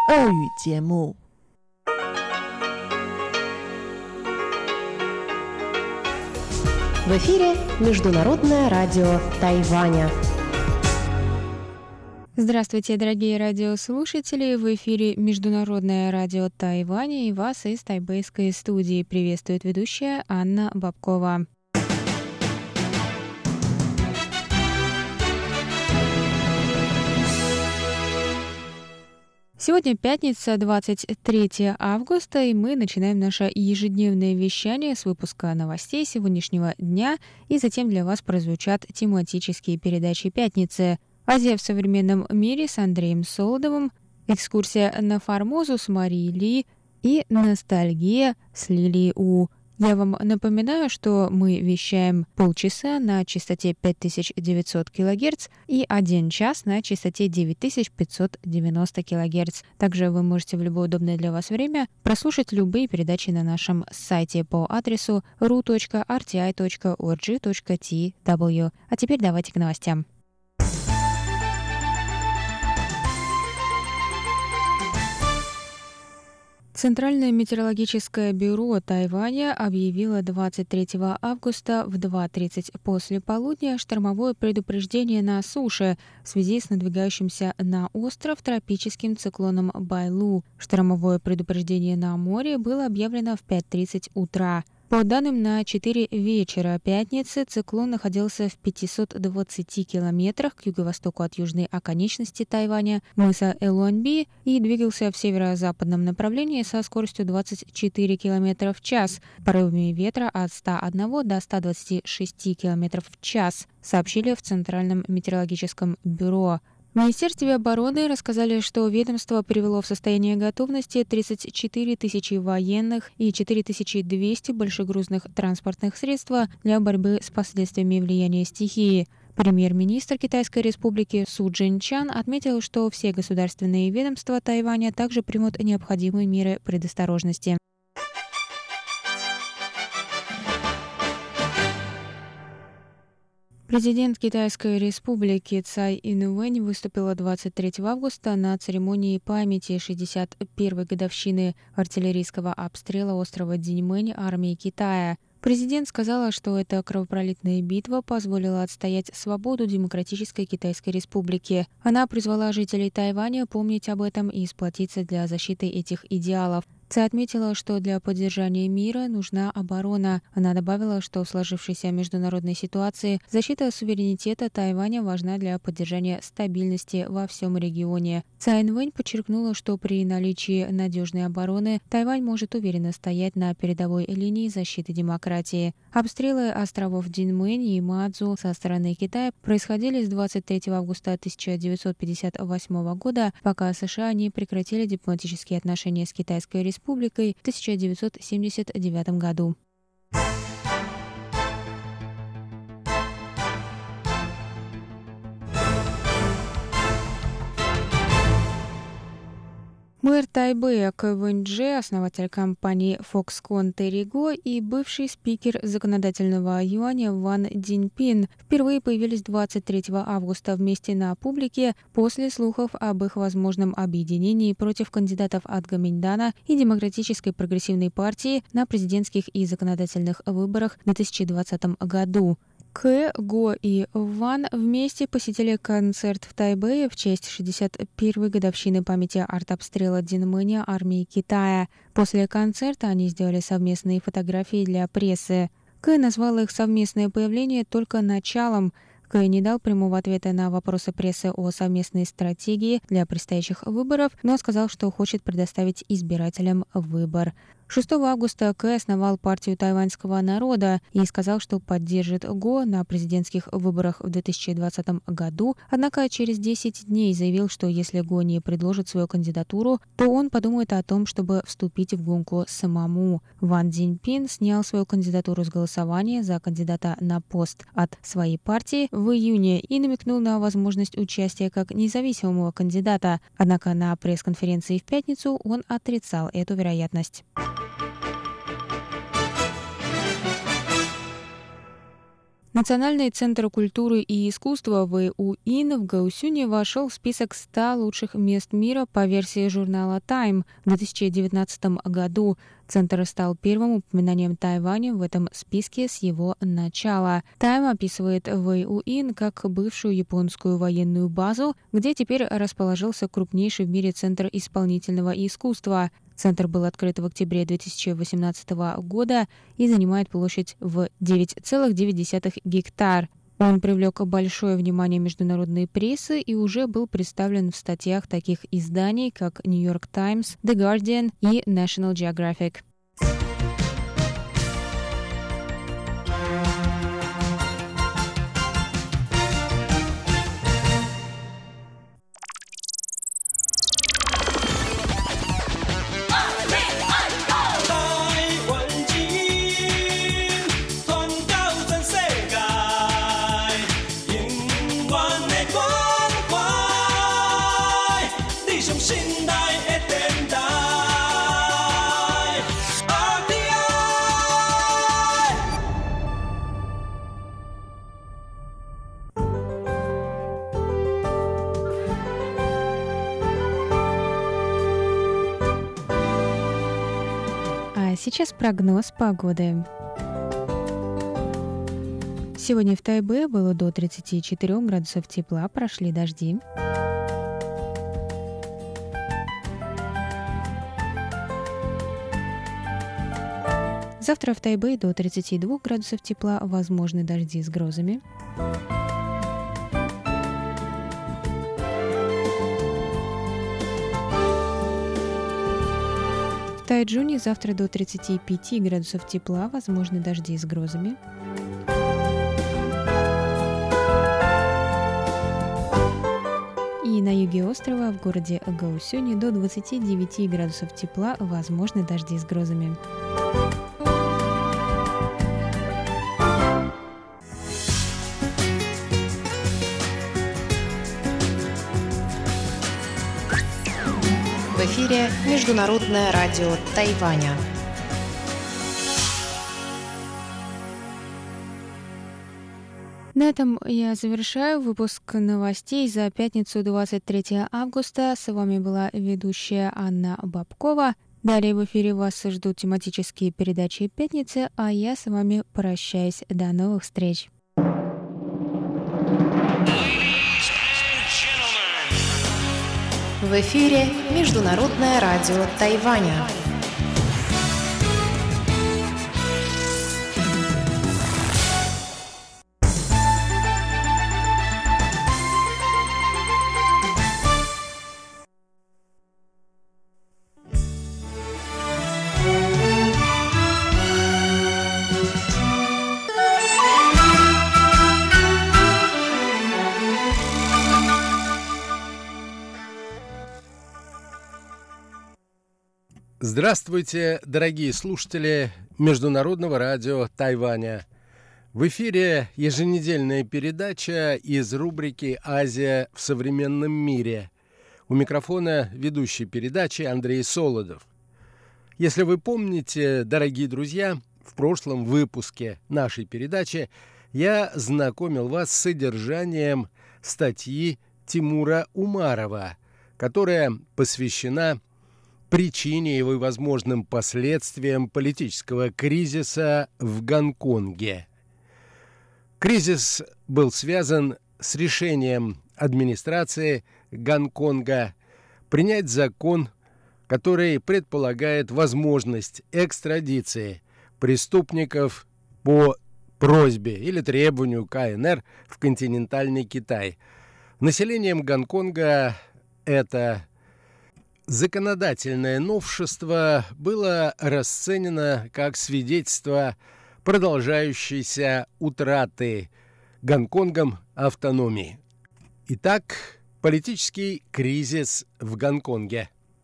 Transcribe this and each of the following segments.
俄语节目。 В эфире Международное радио Тайваня. Здравствуйте, дорогие радиослушатели! В эфире Международное радио Тайваня, и вас из тайбэйской студии приветствует ведущая Анна Бабкова. Сегодня пятница, 23 августа, и мы начинаем наше ежедневное вещание с выпуска новостей сегодняшнего дня, и затем для вас прозвучат тематические передачи пятницы. «Азия в современном мире» с Андреем Солодовым, экскурсия на Формозу с Марией Ли и «Ностальгия» с Лилией У. Я вам напоминаю, что мы вещаем полчаса на частоте 5900 кГц и 1 час на частоте 9590 кГц. Также вы можете в любое удобное для вас время прослушать любые передачи на нашем сайте по адресу ru.rti.org.tw. А теперь давайте к новостям. Центральное метеорологическое бюро Тайваня объявило 23 августа в 2:30 после полудня штормовое предупреждение на суше в связи с надвигающимся на остров тропическим циклоном Байлу. Штормовое предупреждение на море было объявлено в 5:30 утра. По данным на 4 вечера пятницы, циклон находился в 520 километрах к юго-востоку от южной оконечности Тайваня, мыса Элуаньби, и двигался в северо-западном направлении со скоростью 24 км в час, порывами ветра от 101 до 126 км в час, сообщили в Центральном метеорологическом бюро. В Министерстве обороны рассказали, что ведомство привело в состояние готовности 34 тысячи военных и 4200 большегрузных транспортных средств для борьбы с последствиями влияния стихии. Премьер-министр Китайской республики Су Чжэньчан отметил, что все государственные ведомства Тайваня также примут необходимые меры предосторожности. Президент Китайской республики Цай Инвэнь выступила 23 августа на церемонии памяти 61-й годовщины артиллерийского обстрела острова Диньмэнь армии Китая. Президент сказала, что эта кровопролитная битва позволила отстоять свободу Демократической Китайской Республики. Она призвала жителей Тайваня помнить об этом и сплотиться для защиты этих идеалов. Цай отметила, что для поддержания мира нужна оборона. Она добавила, что в сложившейся международной ситуации защита суверенитета Тайваня важна для поддержания стабильности во всем регионе. Цай Инвэнь подчеркнула, что при наличии надежной обороны Тайвань может уверенно стоять на передовой линии защиты демократии. Обстрелы островов Диньмэнь и Мадзу со стороны Китая происходили с 23 августа 1958 года, пока США не прекратили дипломатические отношения с Китайской Республикой в 1979 году. Мэр Тайбэя Кэ Вэньчжэ, основатель компании Foxconn Терри Го и бывший спикер законодательного юаня Ван Цзиньпин впервые появились 23 августа вместе на публике после слухов об их возможном объединении против кандидатов от Гоминьдана и Демократической прогрессивной партии на президентских и законодательных выборах в 2020 году. Кэ, Го и Ван вместе посетили концерт в Тайбэе в честь 61-й годовщины памяти артобстрела Диньмэня армии Китая. После концерта они сделали совместные фотографии для прессы. Кэ назвал их совместное появление только началом. Кэ не дал прямого ответа на вопросы прессы о совместной стратегии для предстоящих выборов, но сказал, что хочет предоставить избирателям выбор. 6 августа Кэ основал партию тайваньского народа и сказал, что поддержит Го на президентских выборах в 2020 году, однако через 10 дней заявил, что если Го не предложит свою кандидатуру, то он подумает о том, чтобы вступить в гонку самому. Ван Цзиньпин снял свою кандидатуру с голосования за кандидата на пост от своей партии в июне и намекнул на возможность участия как независимого кандидата, однако на пресс-конференции в пятницу он отрицал эту вероятность. Национальный центр культуры и искусства ВУИН в Гаосюне вошел в список 100 лучших мест мира по версии журнала Time в 2019 году. Центр стал первым упоминанием Тайваня в этом списке с его начала. Time описывает ВУИН как бывшую японскую военную базу, где теперь расположился крупнейший в мире центр исполнительного искусства. Центр был открыт в октябре 2018 года и занимает площадь в 9,9 гектар. Он привлек большое внимание международной прессы и уже был представлен в статьях таких изданий, как New York Times, The Guardian и National Geographic. Сейчас прогноз погоды. Сегодня в Тайбе было до 34 градусов тепла, прошли дожди. Завтра в Тайбе до 32 градусов тепла, возможны дожди с грозами. В Тайчжуне завтра до 35 градусов тепла, возможны дожди с грозами. И на юге острова, в городе Гаосюне, до 29 градусов тепла, возможны дожди с грозами. В эфире Международное радио Тайваня. На этом я завершаю выпуск новостей за пятницу 23 августа. С вами была ведущая Анна Бабкова. Далее в эфире вас ждут тематические передачи пятницы, а я с вами прощаюсь. До новых встреч. В эфире Международное радио Тайваня. Здравствуйте, дорогие слушатели Международного радио Тайваня. В эфире еженедельная передача из рубрики «Азия в современном мире». У микрофона ведущий передачи Андрей Солодов. Если вы помните, дорогие друзья, в прошлом выпуске нашей передачи я знакомил вас с содержанием статьи Тимура Умарова, которая посвящена причине и возможным последствиям политического кризиса в Гонконге. Кризис был связан с решением администрации Гонконга принять закон, который предполагает возможность экстрадиции преступников по просьбе или требованию КНР в континентальный Китай. Населением Гонконга это законодательное новшество было расценено как свидетельство продолжающейся утраты Гонконгом автономии. Итак, политический кризис в Гонконге.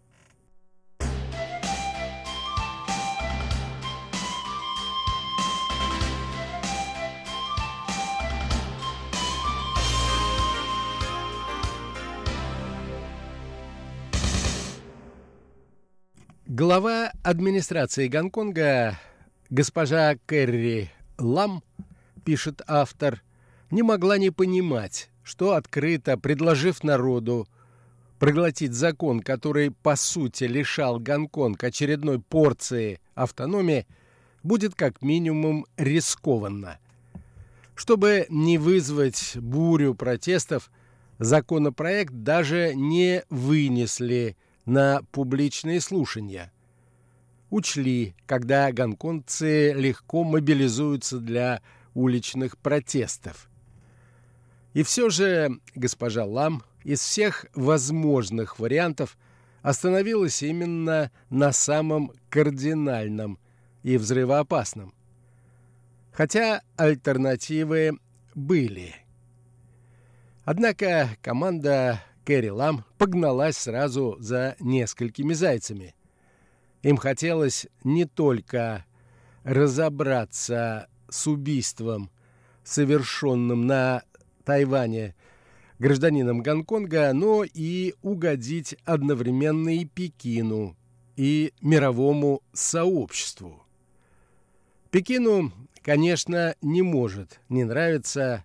Глава администрации Гонконга госпожа Кэрри Лам пишет автор, не могла не понимать, что, открыто предложив народу проглотить закон, который, по сути, лишал Гонконг очередной порции автономии, будет как минимум рискованно. Чтобы не вызвать бурю протестов, законопроект даже не вынесли на публичные слушания. Учли, когда гонконгцы легко мобилизуются для уличных протестов. И все же госпожа Лам из всех возможных вариантов остановилась именно на самом кардинальном и взрывоопасном. Хотя альтернативы были. Однако команда Кэрри Лам погналась сразу за несколькими зайцами. Им хотелось не только разобраться с убийством, совершенным на Тайване гражданином Гонконга, но и угодить одновременно и Пекину, и мировому сообществу. Пекину, конечно, не может не нравиться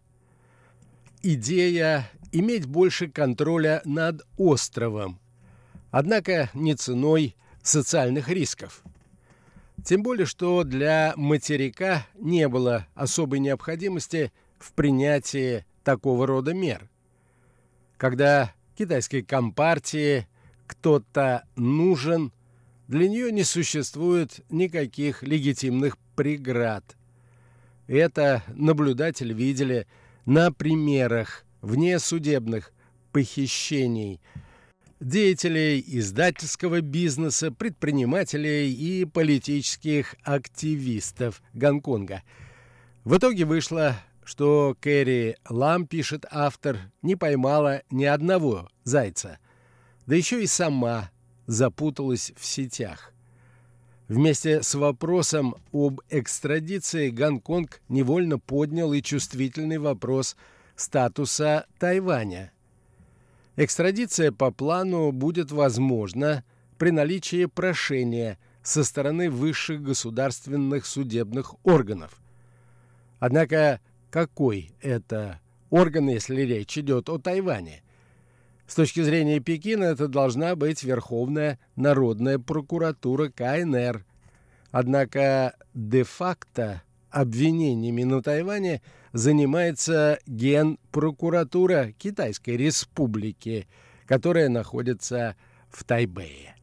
идея иметь больше контроля над островом, однако не ценой социальных рисков. Тем более, что для материка не было особой необходимости в принятии такого рода мер. Когда китайской компартии кто-то нужен, для нее не существует никаких легитимных преград. Это наблюдатели видели на примерах внесудебных похищений деятелей издательского бизнеса, предпринимателей и политических активистов Гонконга. В итоге вышло, что Кэрри Лам, пишет автор, не поймала ни одного зайца, да еще и сама запуталась в сетях. Вместе с вопросом об экстрадиции Гонконг невольно поднял и чувствительный вопрос статуса Тайваня. Экстрадиция по плану будет возможна при наличии прошения со стороны высших государственных судебных органов. Однако какой это орган, если речь идет о Тайване? С точки зрения Пекина, это должна быть Верховная народная прокуратура КНР. Однако де-факто обвинениями на Тайване занимается Генпрокуратура Китайской Республики, которая находится в Тайбэе.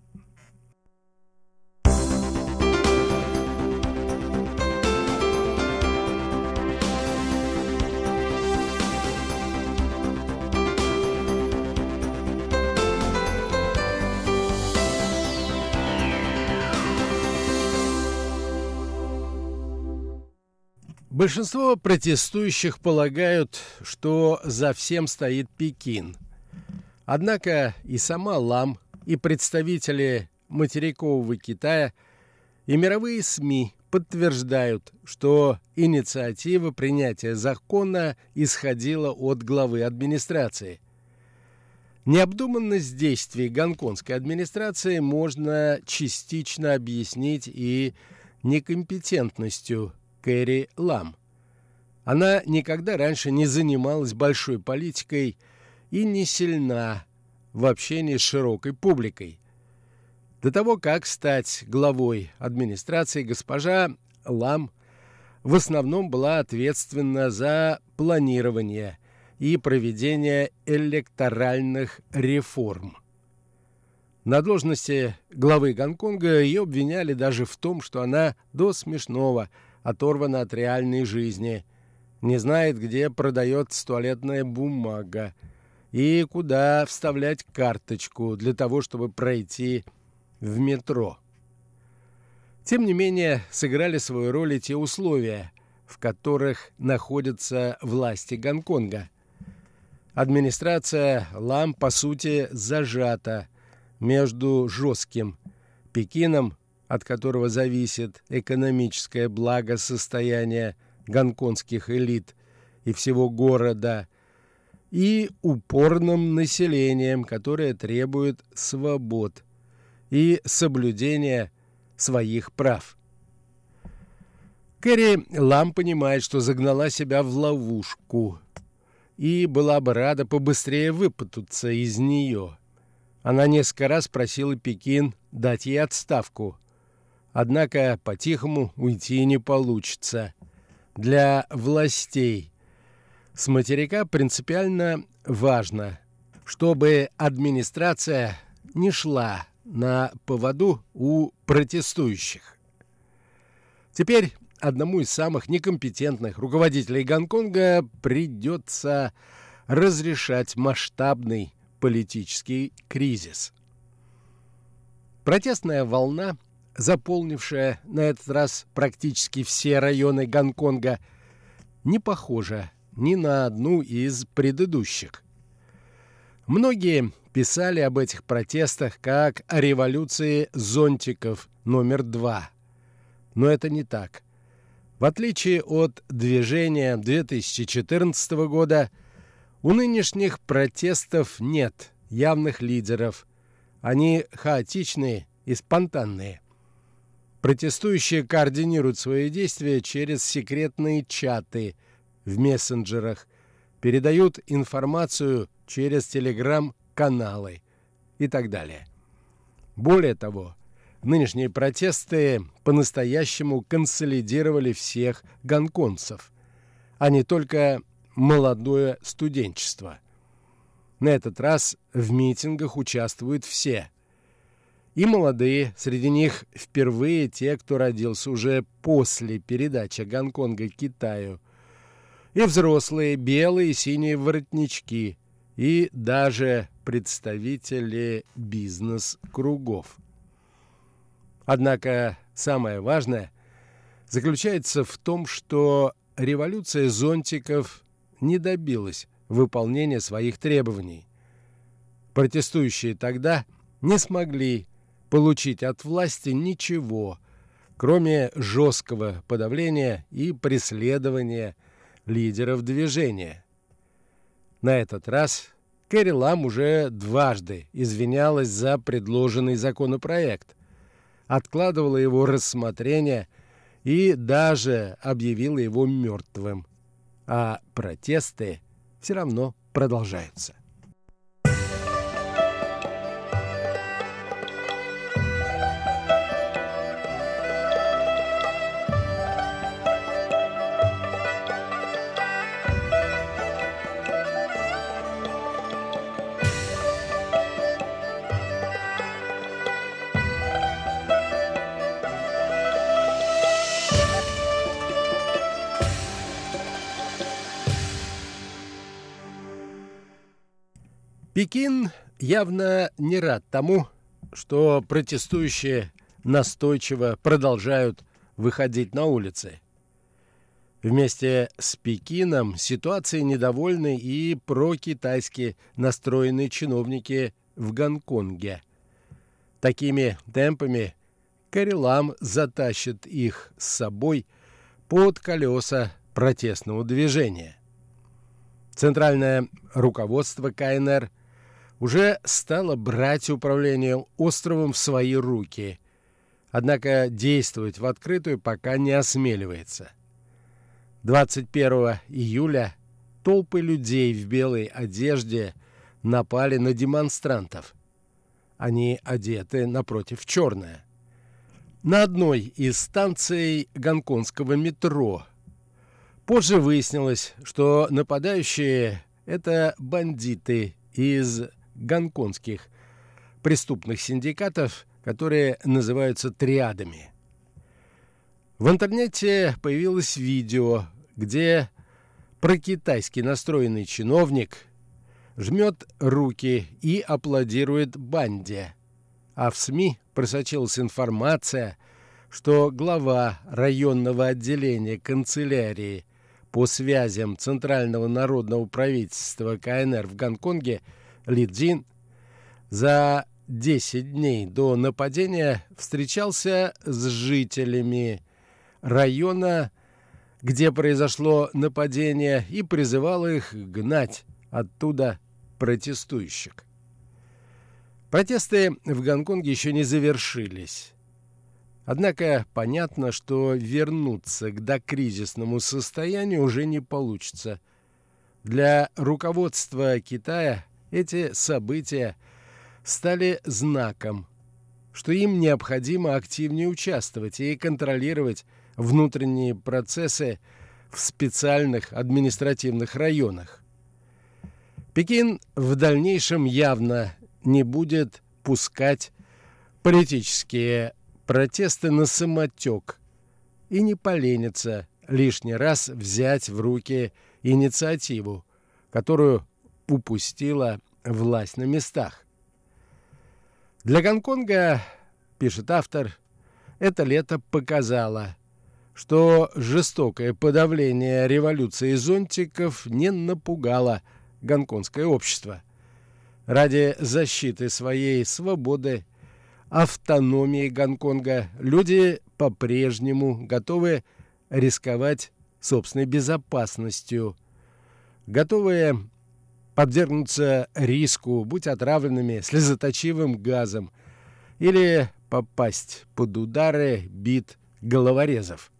Большинство протестующих полагают, что за всем стоит Пекин. Однако и сама Лам, и представители материкового Китая, и мировые СМИ подтверждают, что инициатива принятия закона исходила от главы администрации. Необдуманность действий гонконгской администрации можно частично объяснить и некомпетентностью Кэрри Лам. Она никогда раньше не занималась большой политикой и не сильна в общении с широкой публикой. До того, как стать главой администрации, госпожа Лам в основном была ответственна за планирование и проведение электоральных реформ. На должности главы Гонконга ее обвиняли даже в том, что она до смешного оторвана от реальной жизни, не знает, где продается туалетная бумага и куда вставлять карточку для того, чтобы пройти в метро. Тем не менее, сыграли свою роль и те условия, в которых находятся власти Гонконга. Администрация Лам, по сути, зажата между жестким Пекином, от которого зависит экономическое благосостояние гонконгских элит и всего города, и упорным населением, которое требует свобод и соблюдения своих прав. Кэрри Лам понимает, что загнала себя в ловушку и была бы рада побыстрее выпутаться из нее. Она несколько раз просила Пекин дать ей отставку. Однако по-тихому уйти не получится. Для властей с материка принципиально важно, чтобы администрация не шла на поводу у протестующих. Теперь одному из самых некомпетентных руководителей Гонконга придется разрешать масштабный политический кризис. Протестная волна, заполнившая на этот раз практически все районы Гонконга, не похожа ни на одну из предыдущих. Многие писали об этих протестах как о революции зонтиков номер 2. Но это не так. В отличие от движения 2014 года, у нынешних протестов нет явных лидеров. Они хаотичные и спонтанные. Протестующие координируют свои действия через секретные чаты в мессенджерах, передают информацию через телеграм-каналы и так далее. Более того, нынешние протесты по-настоящему консолидировали всех гонконгцев, а не только молодое студенчество. На этот раз в митингах участвуют все. И молодые, среди них впервые те, кто родился уже после передачи Гонконга Китаю, и взрослые белые и синие воротнички, и даже представители бизнес-кругов. Однако самое важное заключается в том, что революция зонтиков не добилась выполнения своих требований. Протестующие тогда не смогли получить от власти ничего, кроме жесткого подавления и преследования лидеров движения. На этот раз Кэрри Лам уже дважды извинялась за предложенный законопроект, откладывала его рассмотрение и даже объявила его мертвым. А протесты все равно продолжаются. Пекин явно не рад тому, что протестующие настойчиво продолжают выходить на улицы. Вместе с Пекином ситуацией недовольны и прокитайски настроенные чиновники в Гонконге. Такими темпами Кэрри Лам затащит их с собой под колеса протестного движения. Центральное руководство КНР уже стало брать управление островом в свои руки, однако действовать в открытую пока не осмеливается. 21 июля толпы людей в белой одежде напали на демонстрантов. Они одеты напротив черное. На одной из станций гонконгского метро. Позже выяснилось, что нападающие – это бандиты из гонконгских преступных синдикатов, которые называются триадами. В интернете появилось видео, где прокитайски настроенный чиновник жмет руки и аплодирует банде, а в СМИ просочилась информация, что глава районного отделения канцелярии по связям Центрального народного правительства КНР в Гонконге Ли Цзин за 10 дней до нападения встречался с жителями района, где произошло нападение, и призывал их гнать оттуда протестующих. Протесты в Гонконге еще не завершились. Однако понятно, что вернуться к докризисному состоянию уже не получится. Для руководства Китая эти события стали знаком, что им необходимо активнее участвовать и контролировать внутренние процессы в специальных административных районах. Пекин в дальнейшем явно не будет пускать политические протесты на самотек и не поленится лишний раз взять в руки инициативу, которую упустила власть на местах. Для Гонконга, пишет автор, это лето показало, что жестокое подавление революции зонтиков не напугало гонконгское общество. Ради защиты своей свободы, автономии Гонконга люди по-прежнему готовы рисковать собственной безопасностью, готовы подвергнуться риску быть отравленными слезоточивым газом или попасть под удары бит головорезов.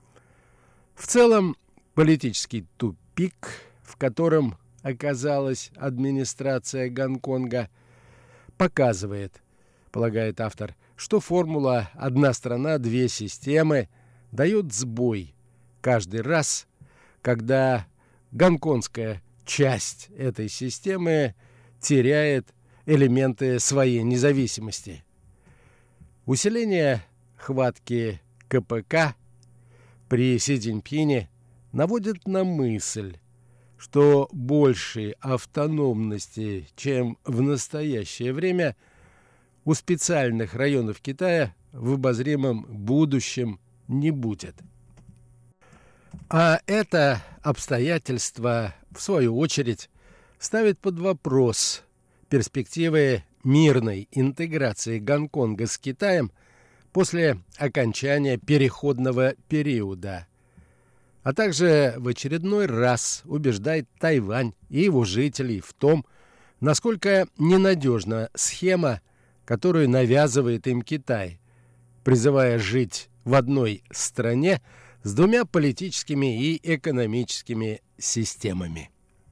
В целом, политический тупик, в котором оказалась администрация Гонконга, показывает, полагает автор, что формула «одна страна, две системы» дает сбой каждый раз, когда гонконгская часть этой системы теряет элементы своей независимости. Усиление хватки КПК при Си Цзиньпине наводит на мысль, что большей автономности, чем в настоящее время, у специальных районов Китая в обозримом будущем не будет. А это обстоятельство, в свою очередь, ставит под вопрос перспективы мирной интеграции Гонконга с Китаем после окончания переходного периода, а также в очередной раз убеждает Тайвань и его жителей в том, насколько ненадежна схема, которую навязывает им Китай, призывая жить в одной стране с двумя политическими и экономическими системами.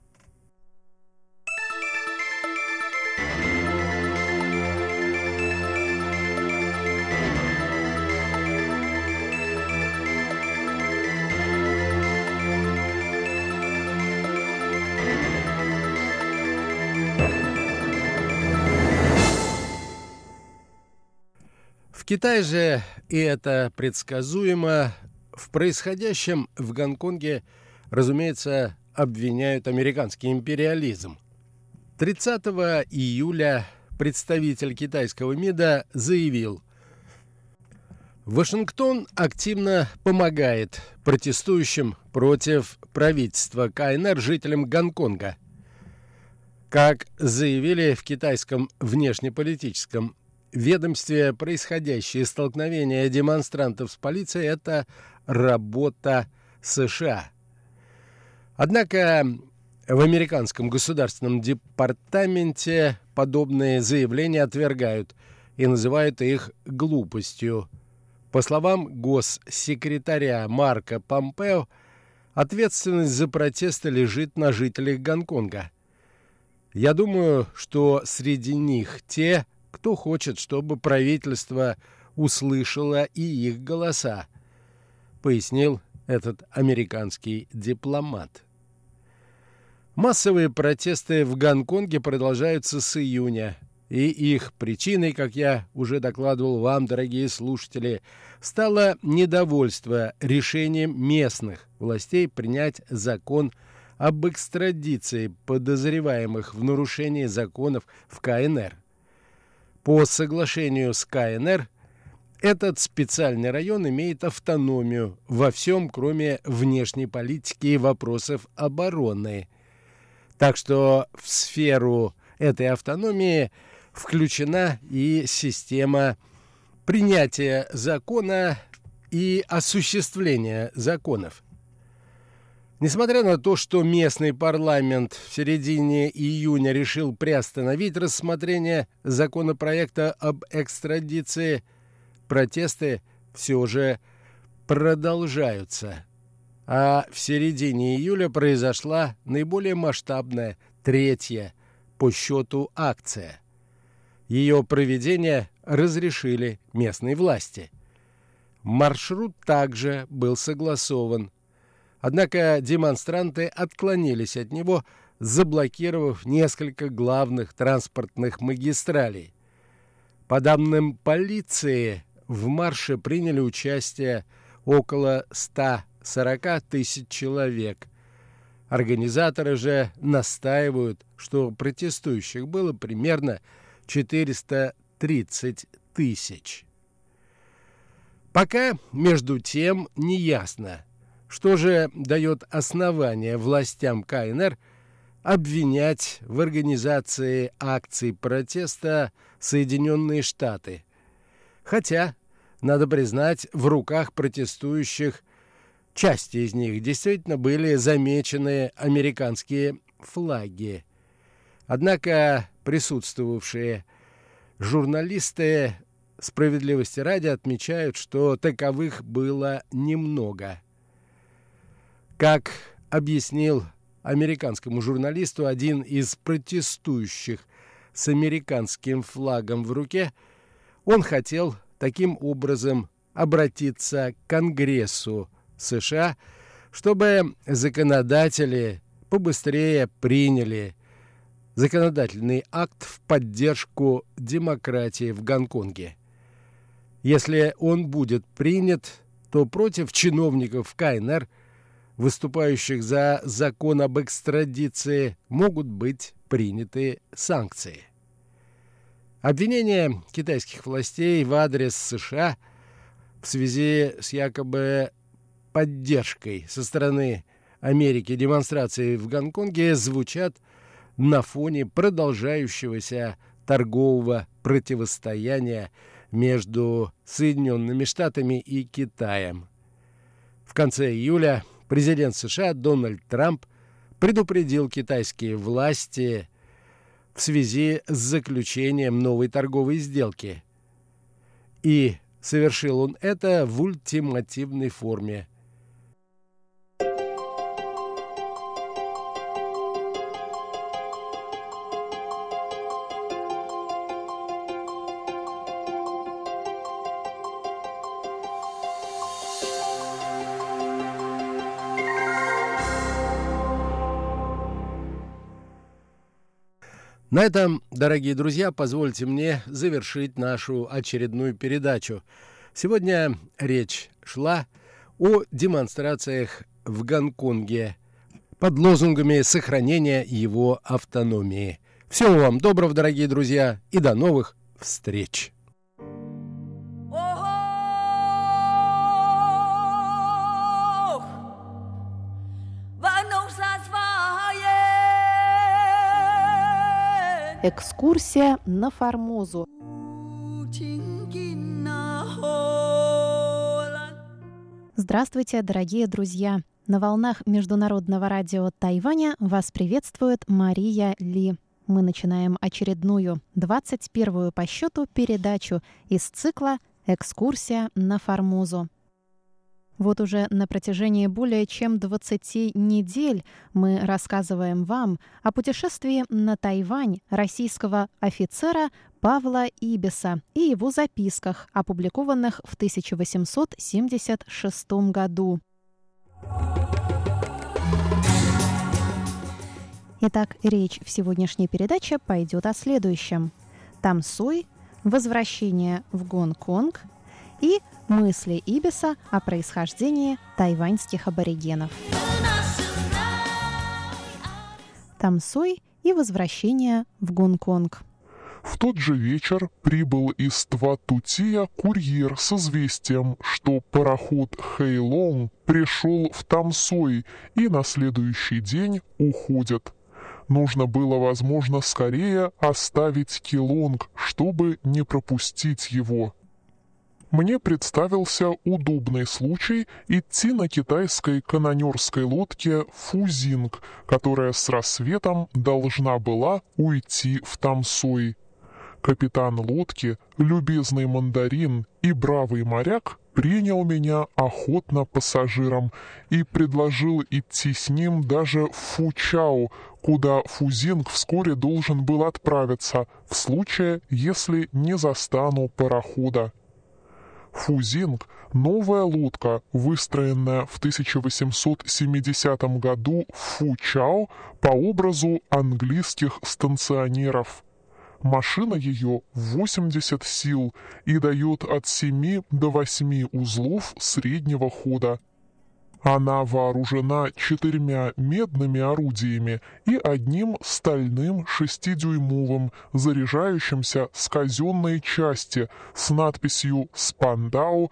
В Китае же, и это предсказуемо, в происходящем в Гонконге, разумеется, обвиняют американский империализм. 30 июля представитель китайского МИДа заявил: Вашингтон активно помогает протестующим против правительства КНР жителям Гонконга. Как заявили в китайском внешнеполитическом ведомстве, происходящие столкновения демонстрантов с полицией – это работа США. Однако в американском государственном департаменте подобные заявления отвергают и называют их глупостью. По словам госсекретаря Марка Помпео, ответственность за протесты лежит на жителях Гонконга. Я думаю, что среди них те, кто хочет, чтобы правительство услышало и их голоса, пояснил этот американский дипломат. Массовые протесты в Гонконге продолжаются с июня, и их причиной, как я уже докладывал вам, дорогие слушатели, стало недовольство решением местных властей принять закон об экстрадиции подозреваемых в нарушении законов в КНР. По соглашению с КНР этот специальный район имеет автономию во всем, кроме внешней политики и вопросов обороны. Так что в сферу этой автономии включена и система принятия закона и осуществления законов. Несмотря на то, что местный парламент в середине июня решил приостановить рассмотрение законопроекта об экстрадиции, протесты все же продолжаются. А в середине июля произошла наиболее масштабная, третья по счету акция. Ее проведение разрешили местные власти. Маршрут также был согласован. Однако демонстранты отклонились от него, заблокировав несколько главных транспортных магистралей. По данным полиции, в марше приняли участие около 140 тысяч человек. Организаторы же настаивают, что протестующих было примерно 430 тысяч. Пока, между тем, не ясно, что же дает основание властям КНР обвинять в организации акций протеста Соединенные Штаты. Хотя, надо признать, в руках протестующих части из них действительно были замечены американские флаги. Однако присутствовавшие журналисты, справедливости ради, отмечают, что таковых было немного. Как объяснил американскому журналисту один из протестующих с американским флагом в руке, он хотел таким образом обратиться к Конгрессу США, чтобы законодатели побыстрее приняли законодательный акт в поддержку демократии в Гонконге. Если он будет принят, то против чиновников КНР, выступающих за закон об экстрадиции, могут быть приняты санкции. Обвинения китайских властей в адрес США в связи с якобы поддержкой со стороны Америки демонстраций в Гонконге звучат на фоне продолжающегося торгового противостояния между Соединенными Штатами и Китаем. В конце июля президент США Дональд Трамп предупредил китайские власти в связи с заключением новой торговой сделки. И совершил он это в ультимативной форме. На этом, дорогие друзья, позвольте мне завершить нашу очередную передачу. Сегодня речь шла о демонстрациях в Гонконге под лозунгами сохранения его автономии. Всего вам доброго, дорогие друзья, и до новых встреч! Экскурсия на Формозу. Здравствуйте, дорогие друзья! На волнах Международного радио Тайваня вас приветствует Мария Ли. Мы начинаем очередную, 21-ю по счету передачу из цикла «Экскурсия на Формозу». Вот уже на протяжении более чем 20 недель мы рассказываем вам о путешествии на Тайвань российского офицера Павла Ибиса и его записках, опубликованных в 1876 году. Итак, речь в сегодняшней передаче пойдет о следующем. Тамсуй, возвращение в Гонконг и мысли Ибиса о происхождении тайваньских аборигенов. Тамсуй и возвращение в Гонконг. В тот же вечер прибыл из Тватутия курьер с известием, что пароход Хэйлонг пришел в Тамсуй и на следующий день уходит. Нужно было, возможно, скорее оставить Келонг, чтобы не пропустить его. Мне представился удобный случай идти на китайской канонерской лодке «Фузинг», которая с рассветом должна была уйти в Тамсуй. Капитан лодки, любезный мандарин и бравый моряк принял меня охотно пассажиром и предложил идти с ним даже в Фучао, куда Фузинг вскоре должен был отправиться, в случае, если не застану парохода. Фузинг — новая лодка, выстроенная в 1870 году в Фучао по образу английских станционеров. Машина ее 80 сил и дает от 7 до 8 узлов среднего хода. Она вооружена 4 медными орудиями и 1 стальным 6-дюймовым, заряжающимся с казенной части с надписью «Спандау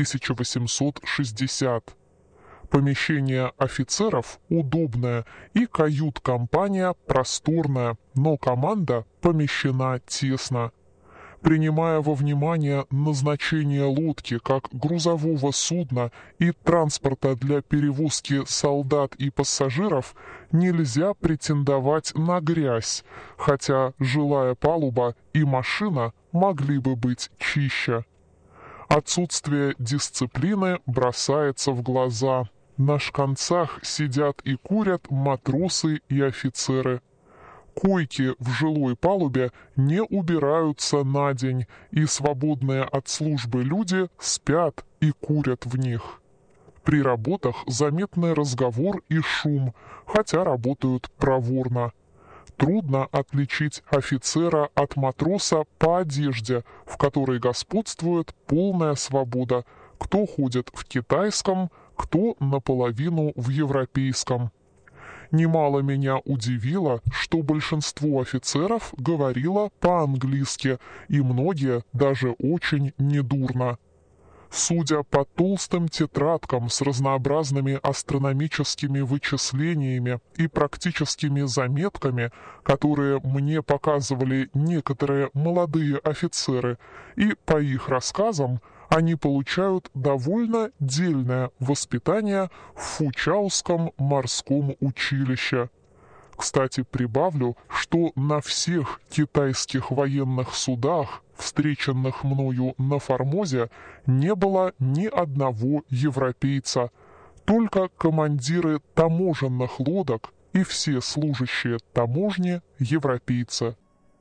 1860». Помещение офицеров удобное и кают-компания просторная, но команда помещена тесно. Принимая во внимание назначение лодки как грузового судна и транспорта для перевозки солдат и пассажиров, нельзя претендовать на грязь, хотя жилая палуба и машина могли бы быть чище. Отсутствие дисциплины бросается в глаза. На шканцах сидят и курят матросы и офицеры. Койки в жилой палубе не убираются на день, и свободные от службы люди спят и курят в них. При работах заметный разговор и шум, хотя работают проворно. Трудно отличить офицера от матроса по одежде, в которой господствует полная свобода, кто ходит в китайском, кто наполовину в европейском. Немало меня удивило, что большинство офицеров говорило по-английски, и многие даже очень недурно. Судя по толстым тетрадкам с разнообразными астрономическими вычислениями и практическими заметками, которые мне показывали некоторые молодые офицеры, и по их рассказам, они получают довольно дельное воспитание в Фучаоском морском училище. Кстати, прибавлю, что на всех китайских военных судах, встреченных мною на Формозе, не было ни одного европейца, только командиры таможенных лодок и все служащие таможни европейцы.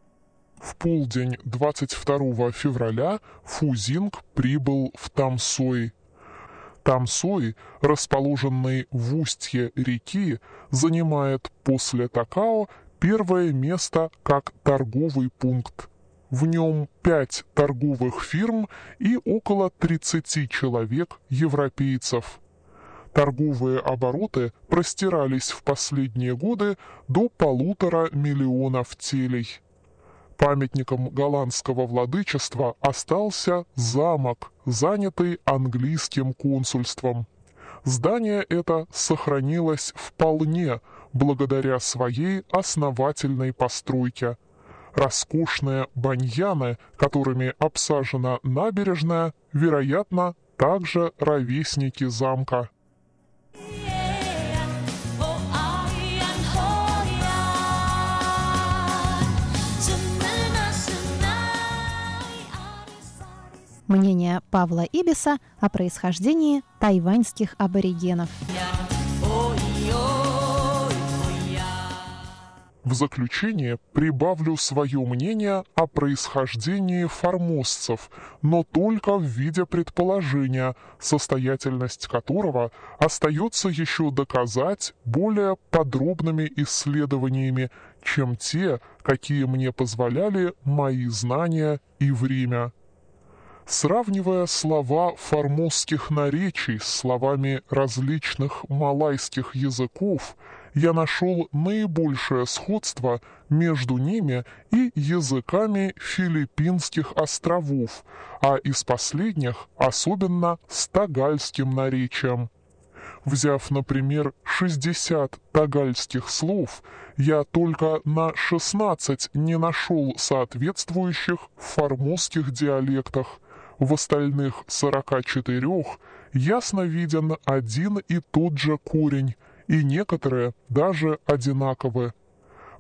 В полдень 22 февраля Фузинг прибыл в Тамсой. Тамсой, расположенный в устье реки, занимает после Такао первое место как торговый пункт. В нем 5 торговых фирм и около 30 человек европейцев. Торговые обороты простирались в последние годы до 1,5 миллиона телей. Памятником голландского владычества остался замок, занятый английским консульством. Здание это сохранилось вполне благодаря своей основательной постройке. Роскошные баньяны, которыми обсажена набережная, вероятно, также ровесники замка. Мнение Павла Ибиса о происхождении тайваньских аборигенов. В заключение прибавлю свое мнение о происхождении формозцев, но только в виде предположения, состоятельность которого остается еще доказать более подробными исследованиями, чем те, какие мне позволяли мои знания и время. Сравнивая слова формозских наречий с словами различных малайских языков, я нашел наибольшее сходство между ними и языками Филиппинских островов, а из последних особенно с тагальским наречием. Взяв, например, 60 тагальских слов, я только на 16 не нашел соответствующих в формозских диалектах. В остальных 44 ясно виден один и тот же корень, и некоторые даже одинаковы.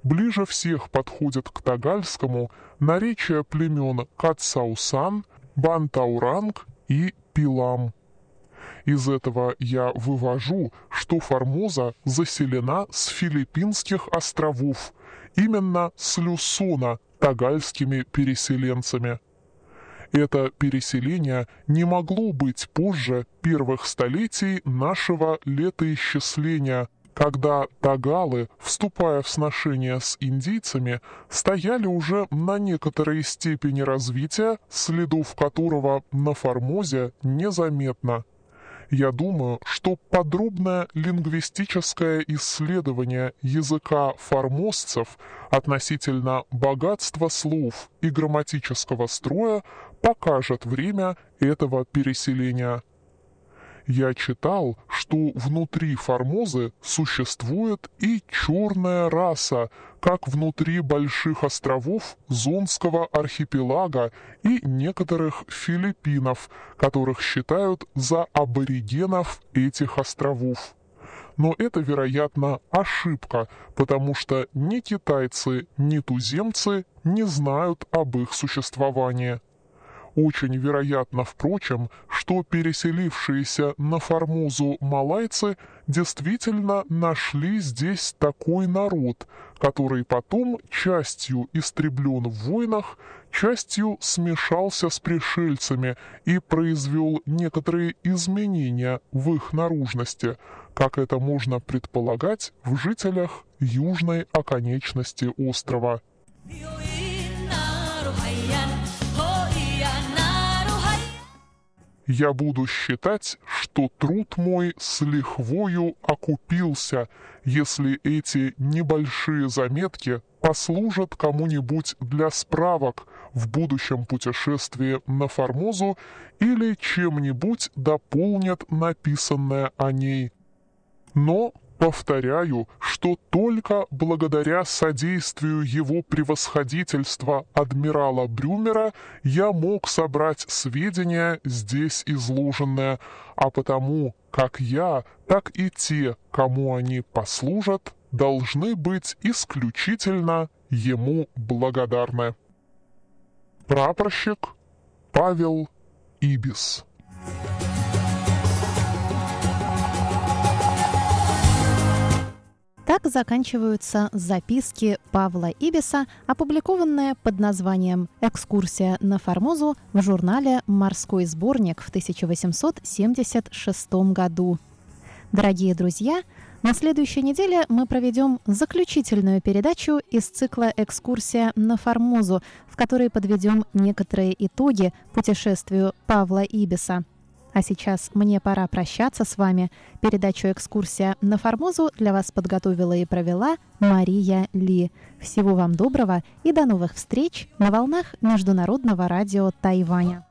ближе всех подходят к тагальскому наречия племен Катсаусан, Бантауранг и Пилам. Из этого я вывожу, что Формоза заселена с Филиппинских островов, именно с Люсона, тагальскими переселенцами. Это переселение не могло быть позже первых столетий нашего летоисчисления, когда тагалы, вступая в сношение с индийцами, стояли уже на некоторой степени развития, следов которого на Формозе незаметно. Я думаю, что подробное лингвистическое исследование языка формозцев относительно богатства слов и грамматического строя покажет время этого переселения. Я читал, что внутри Формозы существует и черная раса, как внутри больших островов Зонского архипелага и некоторых Филиппинов, которых считают за аборигенов этих островов. Но это, вероятно, ошибка, потому что ни китайцы, ни туземцы не знают об их существовании. Очень вероятно, впрочем, что переселившиеся на Формозу малайцы действительно нашли здесь такой народ, который потом частью истреблен в войнах, частью смешался с пришельцами и произвел некоторые изменения в их наружности, как это можно предполагать в жителях южной оконечности острова. Я буду считать, что труд мой с лихвою окупился, если эти небольшие заметки послужат кому-нибудь для справок в будущем путешествии на Формозу или чем-нибудь дополнят написанное о ней. Но повторяю, что только благодаря содействию его превосходительства адмирала Брюмера я мог собрать сведения, здесь изложенные, а потому как я, так и те, кому они послужат, должны быть исключительно ему благодарны. Прапорщик Павел Ибис. Так заканчиваются записки Павла Ибиса, опубликованные под названием «Экскурсия на Формозу» в журнале «Морской сборник» в 1876 году. Дорогие друзья, на следующей неделе мы проведем заключительную передачу из цикла «Экскурсия на Формозу», в которой подведем некоторые итоги путешествию Павла Ибиса. А сейчас мне пора прощаться с вами. Передачу «Экскурсия на Формозу» для вас подготовила и провела Мария Ли. Всего вам доброго и до новых встреч на волнах Международного радио Тайваня.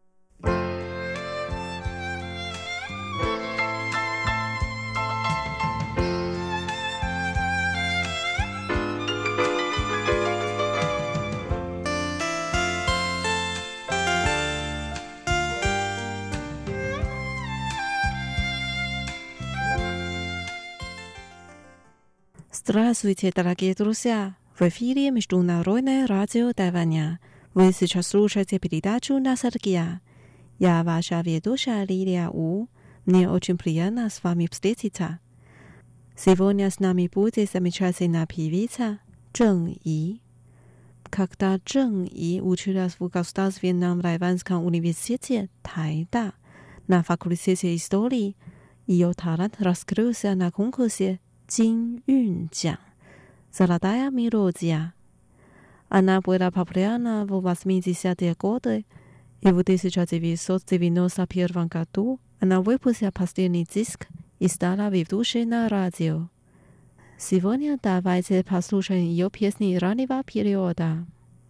Здравствуйте, дорогие друзья! В эфире Международное радио Тайваня. Вы сейчас слушаете передачу «Ностальгия». Я ваша ведущая Лилия У. Мне очень приятно с вами встретиться. Сегодня с нами будет замечательная певица Чжэн И. Когда Чжэн И училась в Государственном Тайваньском университете Тайда на факультете истории, ее талант раскрылся на конкурсе Jin Yun Jiang, «Золотая мелодия». Она была популярна в 80-е годы, и в 1991 году она выпустила последний диск и стала ведущей на радио. Сегодня давайте послушаем ее песни раннего периода.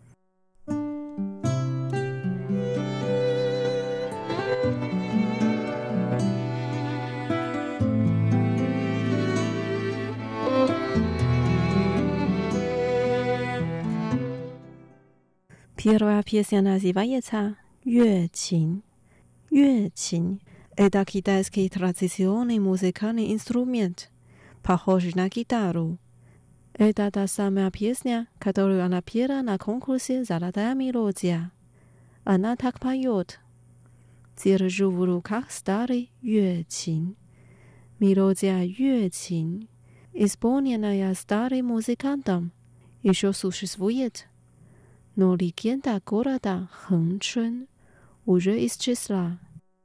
Первая песня называется «Юэчин». Юэчин – это китайский традиционный музыкальный инструмент, похожий на гитару. Это та самая песня, которую она пела на конкурсе «Золотая мелодия». Она так поет. Держу в руках старый乐琴. Мелодия乐琴, исполненная старым музыкантом, еще существует. Но легенда города Хэнчжэн уже исчезла.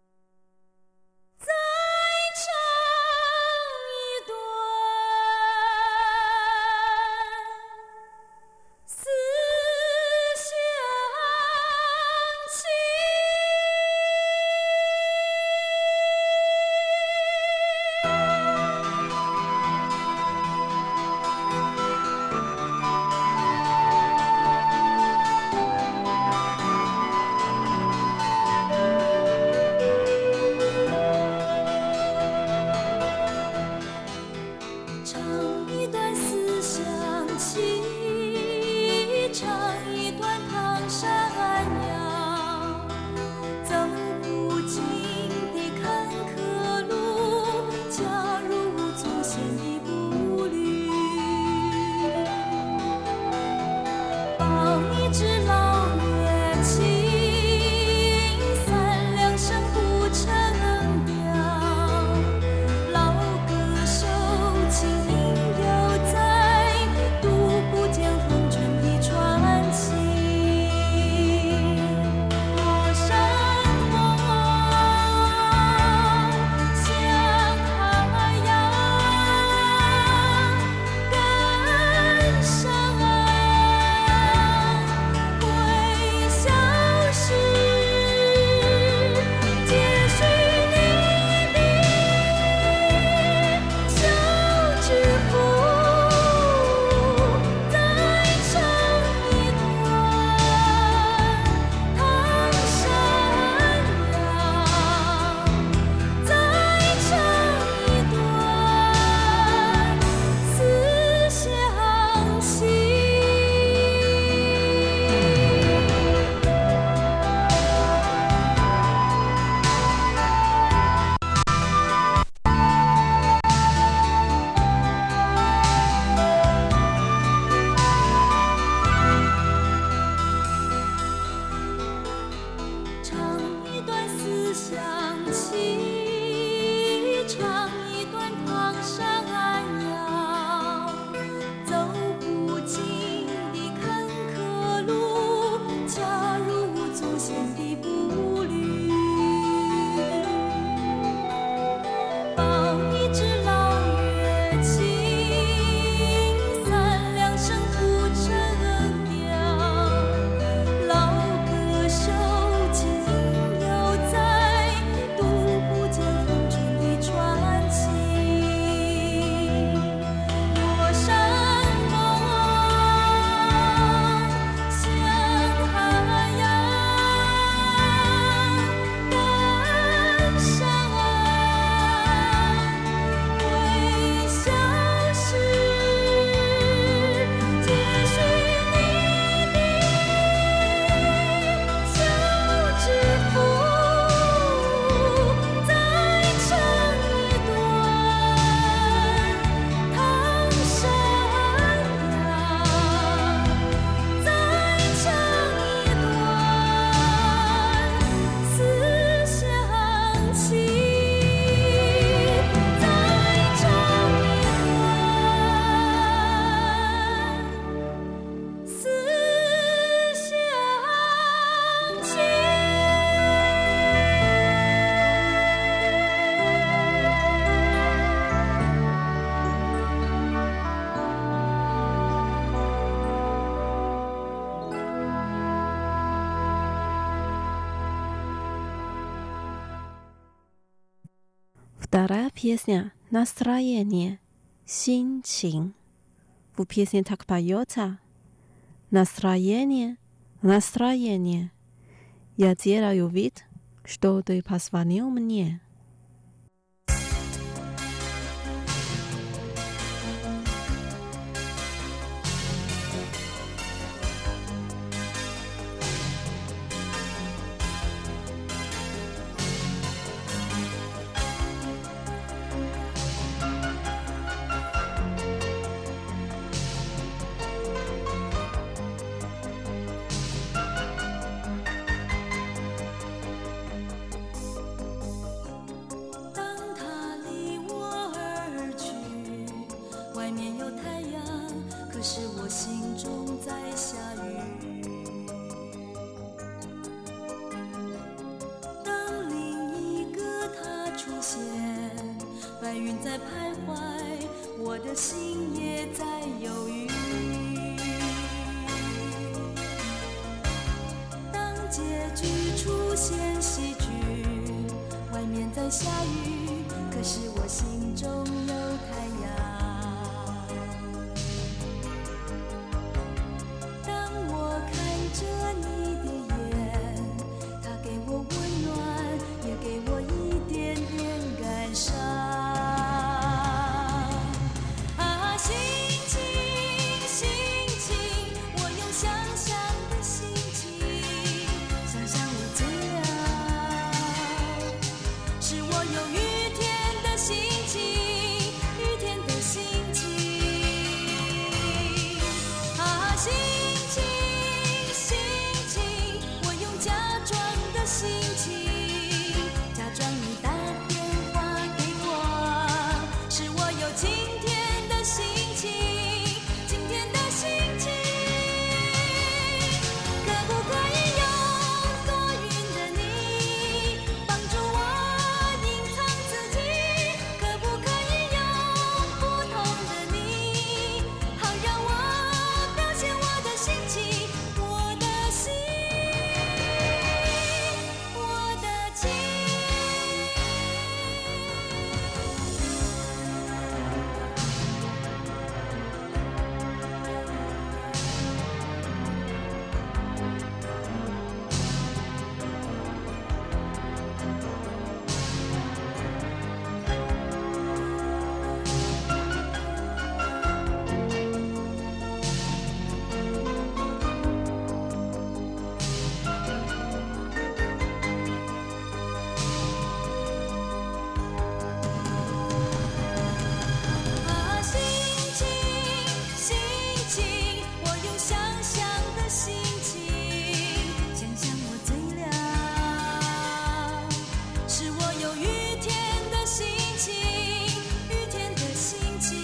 Вторая песня «Настроение», «Синчин». В песне так поется: «Настроение, настроение. Я делаю вид, что ты позвонил мне». 出现，白云在徘徊，我的心也在犹豫。当结局出现喜剧，外面在下雨，可是我心中有太阳。当我看着你的眼，它给我温暖，也给我一点点感伤。啊，心情，心情，我用想象的心情，想象我最亮，是我有雨天的心情，雨天的心情。啊，心情，心情，我用假装的心情，假装你打电话给我，是我有今天的心情，今天的心情。可不可以有多云的你，帮助我隐藏自己？可不可以有不同的你，好让我表现我的心情，我的心，我的情。啊，心情，心情，我用想象的心情，想象我最亮，是我有雨天的心情，雨天的心情。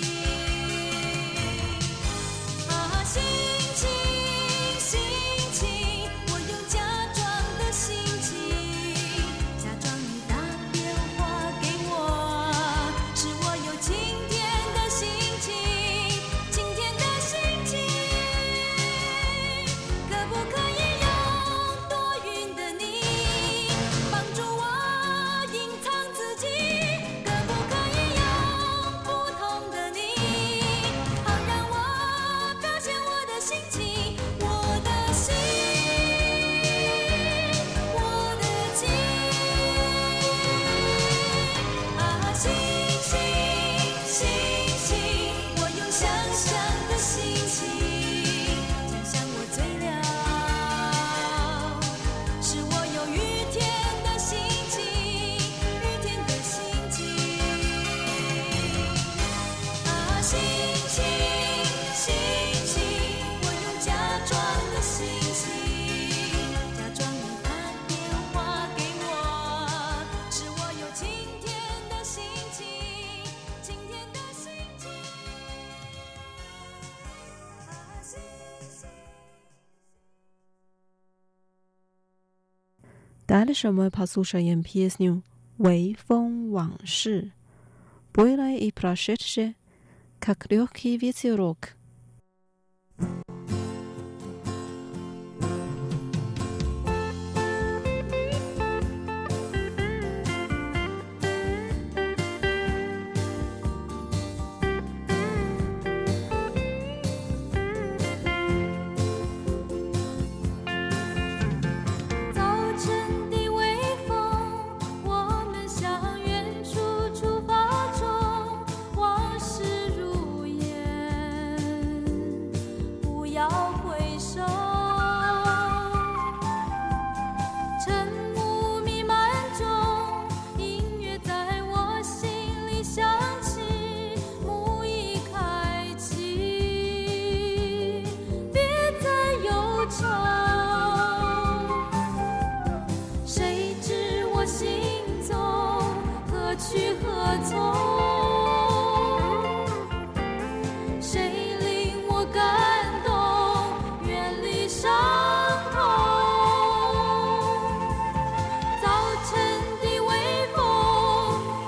啊，心情，心情，我用假装的心情，假装你打电话给我，是我有今天的心情，今天的心情。可不可以有多云的你，帮助我隐藏自己？可不可以有不同的你，好让我表现我的心情，我的心，我的情。啊，心情，心情，我用想象的心情，想象我最亮，是我有雨天的心情，雨天的心情。啊，心情，心情，我用假装的心情，假装你打电话给我，是我有今天的心情，今天的心情。啊，心情。 Дальше мы послушаем песню «Вэй фон往事». Былое и прошедшее, как легкий ветерок. 早晨的微风，我们向远处出发中，往事如烟，不要回首。晨雾弥漫中，音乐在我心里响起，幕已开启，别再忧愁。谁知我心中何去何从？谁令我感动，远离伤痛？早晨的微风，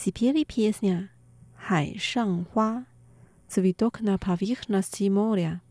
Теперь песня «Хай上花» «Цветок на поверхности моря».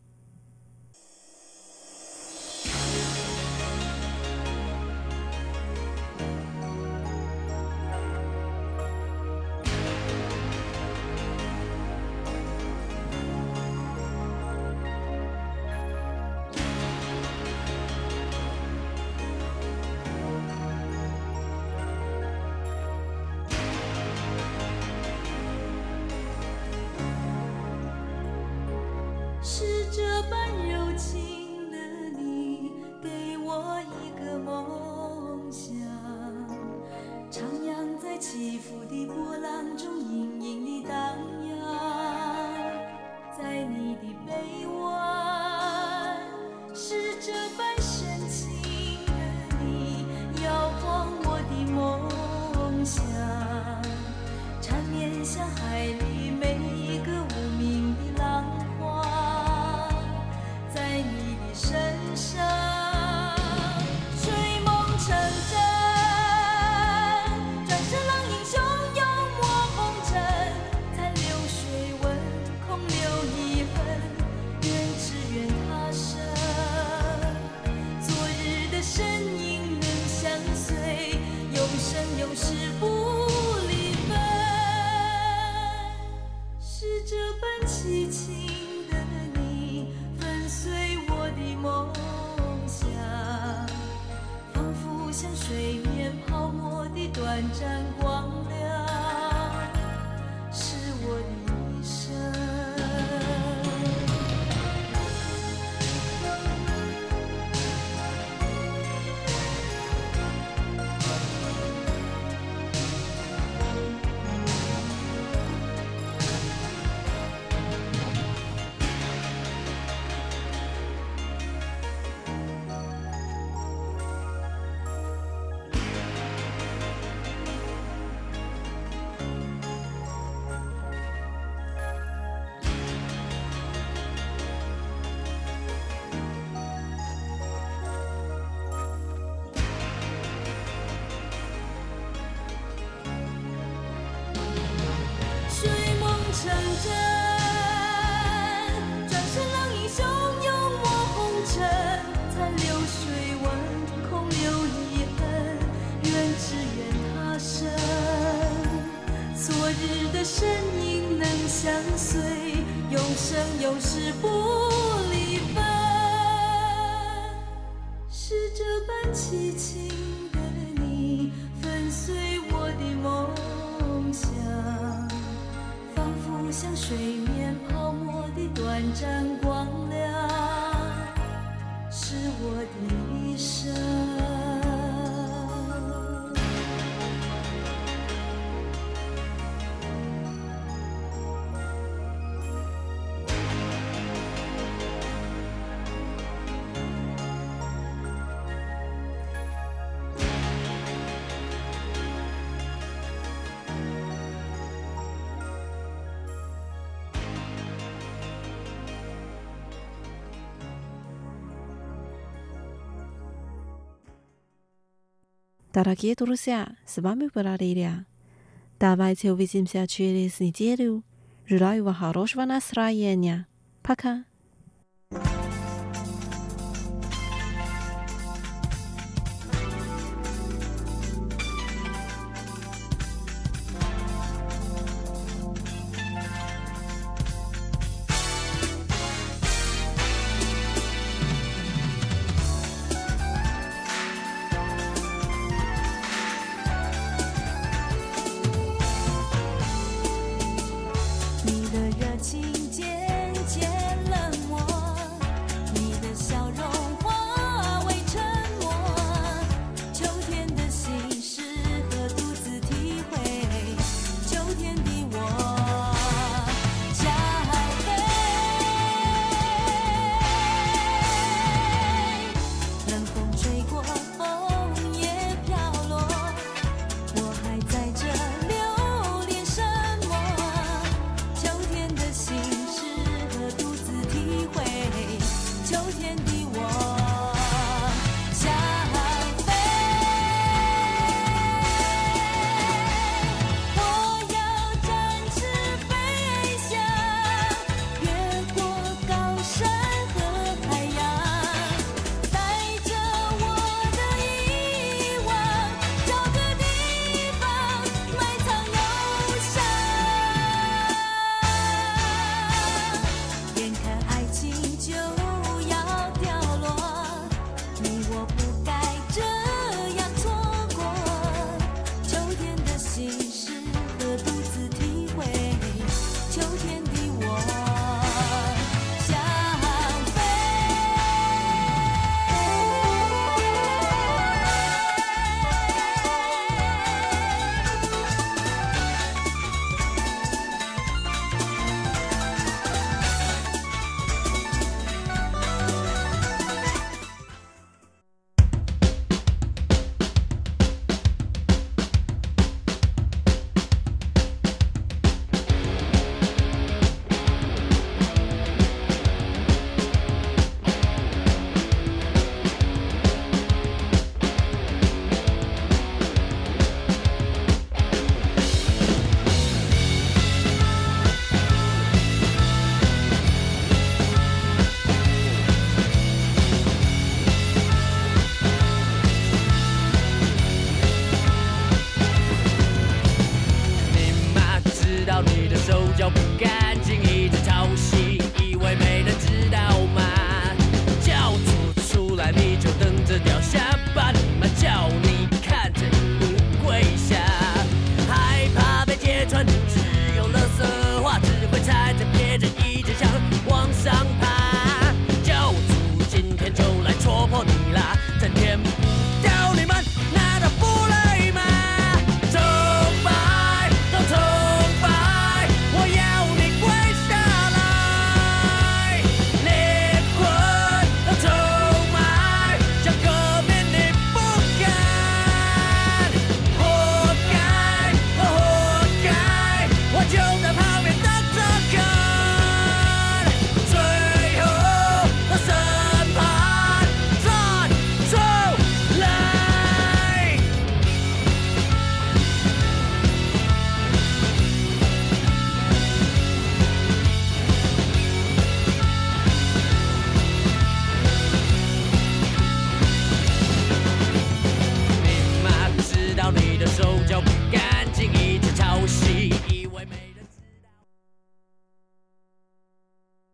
是这般柔情的你，给我一个梦想，徜徉在起伏的波浪中，隐隐地荡漾。在你的臂弯，是这般深情的你，摇晃我的梦想，缠绵像海里每一个无名的浪花。在你的身上，睡梦成真，转身浪英雄，幽默红尘，残留水纹，空留遗恨，愿只愿他生。昨日的身影能相随，永生永世不离分。是这般凄情的你，粉碎我的梦想，仿佛像水面泡沫的短暂光亮，是我的一生。睡梦成真，转身浪英雄，幽默红尘，残留水纹，空留遗恨，愿只愿他生。昨日的身影能相随，永生永世不离分。是这般凄情的你，粉碎我的梦想，仿佛像水面泡沫的短暂光亮，是我的一生。 Дорогие друзья, с вами была Лилия. Давайте увидимся через неделю. Желаю вам хорошего настроения. Пока. 叫